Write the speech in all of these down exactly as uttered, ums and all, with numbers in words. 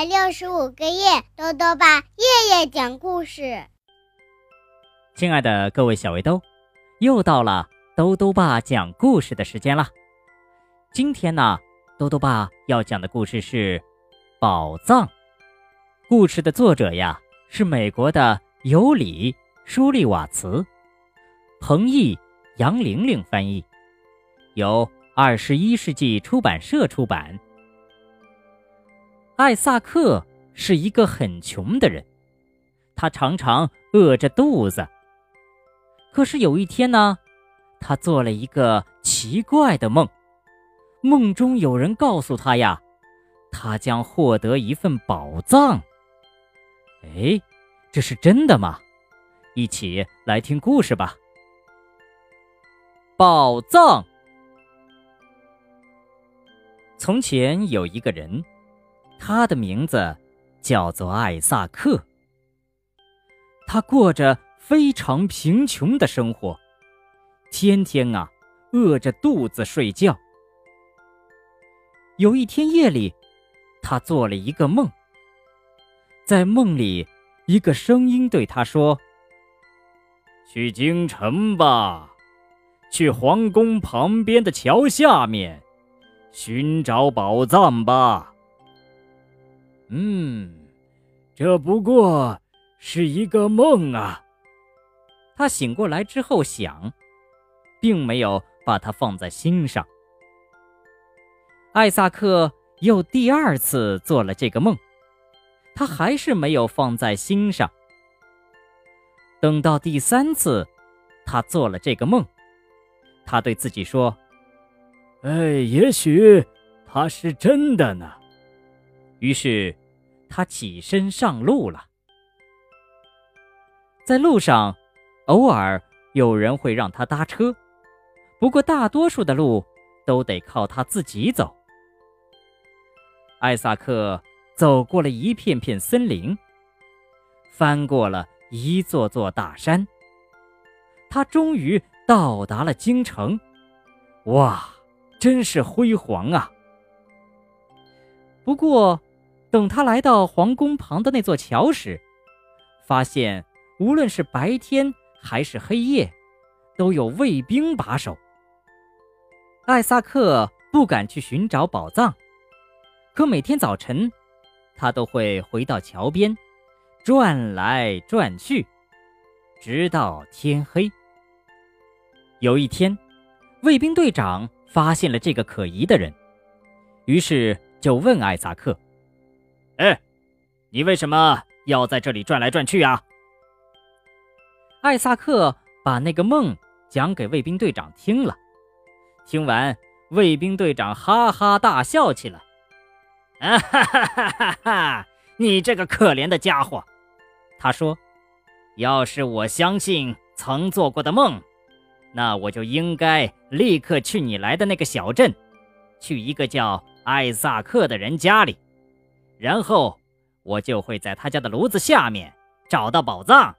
百六十五个夜，豆豆爸夜夜讲故事。 亲爱的各位小围兜，又到了兜兜爸讲故事的时间了。今天呢，兜兜爸要讲的故事是宝藏。故事的作者呀，是美国的尤里·舒利瓦茨，彭毅、杨玲玲翻译，由二十一世纪出版社出版。艾萨克是一个很穷的人，他常常饿着肚子。可是有一天呢，他做了一个奇怪的梦，梦中有人告诉他呀，他将获得一份宝藏。哎，这是真的吗？一起来听故事吧。宝藏。从前有一个人，他的名字叫做艾萨克。他过着非常贫穷的生活，天天啊饿着肚子睡觉。有一天夜里，他做了一个梦。在梦里，一个声音对他说：去京城吧，去皇宫旁边的桥下面寻找宝藏吧。嗯，这不过是一个梦啊。他醒过来之后想，并没有把它放在心上。艾萨克又第二次做了这个梦，他还是没有放在心上。等到第三次，他做了这个梦，他对自己说：哎，也许它是真的呢。于是他起身上路了。在路上，偶尔有人会让他搭车，不过大多数的路都得靠他自己走。艾萨克走过了一片片森林，翻过了一座座大山，他终于到达了京城。哇，真是辉煌啊！不过等他来到皇宫旁的那座桥时，发现无论是白天还是黑夜，都有卫兵把守。艾萨克不敢去寻找宝藏，可每天早晨他都会回到桥边，转来转去，直到天黑。有一天，卫兵队长发现了这个可疑的人，于是就问艾萨克：哎，你为什么要在这里转来转去啊？艾萨克把那个梦讲给卫兵队长听了。听完，卫兵队长哈哈大笑起来。啊哈哈哈哈哈！你这个可怜的家伙，他说，要是我相信曾做过的梦，那我就应该立刻去你来的那个小镇，去一个叫艾萨克的人家里，然后我就会在他家的炉子下面找到宝藏。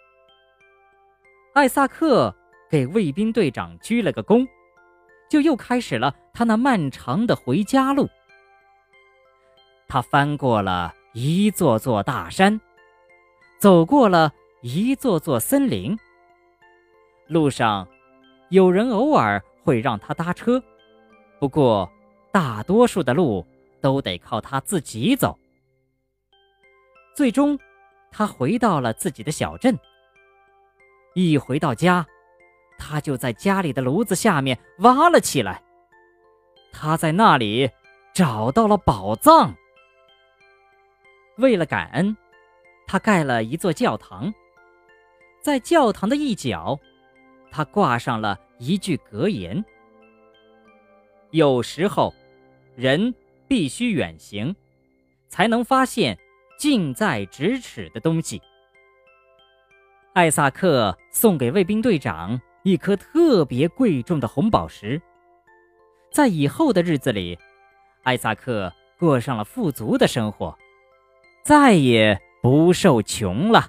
艾萨克给卫兵队长鞠了个躬，就又开始了他那漫长的回家路。他翻过了一座座大山，走过了一座座森林。路上有人偶尔会让他搭车，不过大多数的路都得靠他自己走。最终他回到了自己的小镇。一回到家，他就在家里的炉子下面挖了起来。他在那里找到了宝藏。为了感恩，他盖了一座教堂。在教堂的一角，他挂上了一句格言：有时候人必须远行，才能发现近在咫尺的东西。艾萨克送给卫兵队长一颗特别贵重的红宝石。在以后的日子里，艾萨克过上了富足的生活，再也不受穷了。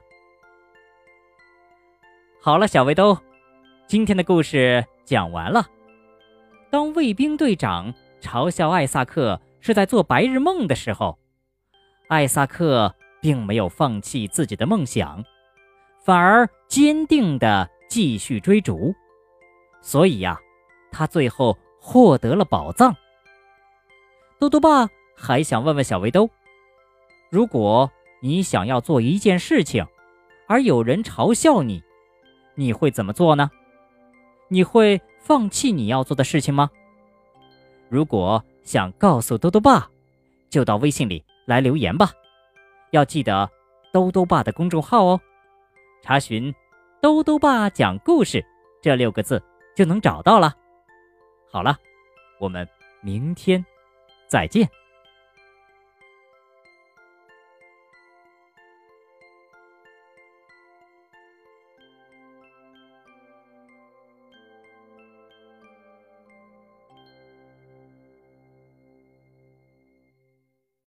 好了，小围兜，今天的故事讲完了。当卫兵队长嘲笑艾萨克是在做白日梦的时候， 艾萨克并没有放弃自己的梦想，反而坚定地继续追逐。所以呀，他最后获得了宝藏。豆豆爸还想问问小围兜，如果你想要做一件事情，而有人嘲笑你，你会怎么做呢？你会放弃你要做的事情吗？如果想告诉豆豆爸，就到微信里来留言吧。要记得豆豆爸的公众号哦，查询豆豆爸讲故事这六个字就能找到了。好了，我们明天再见。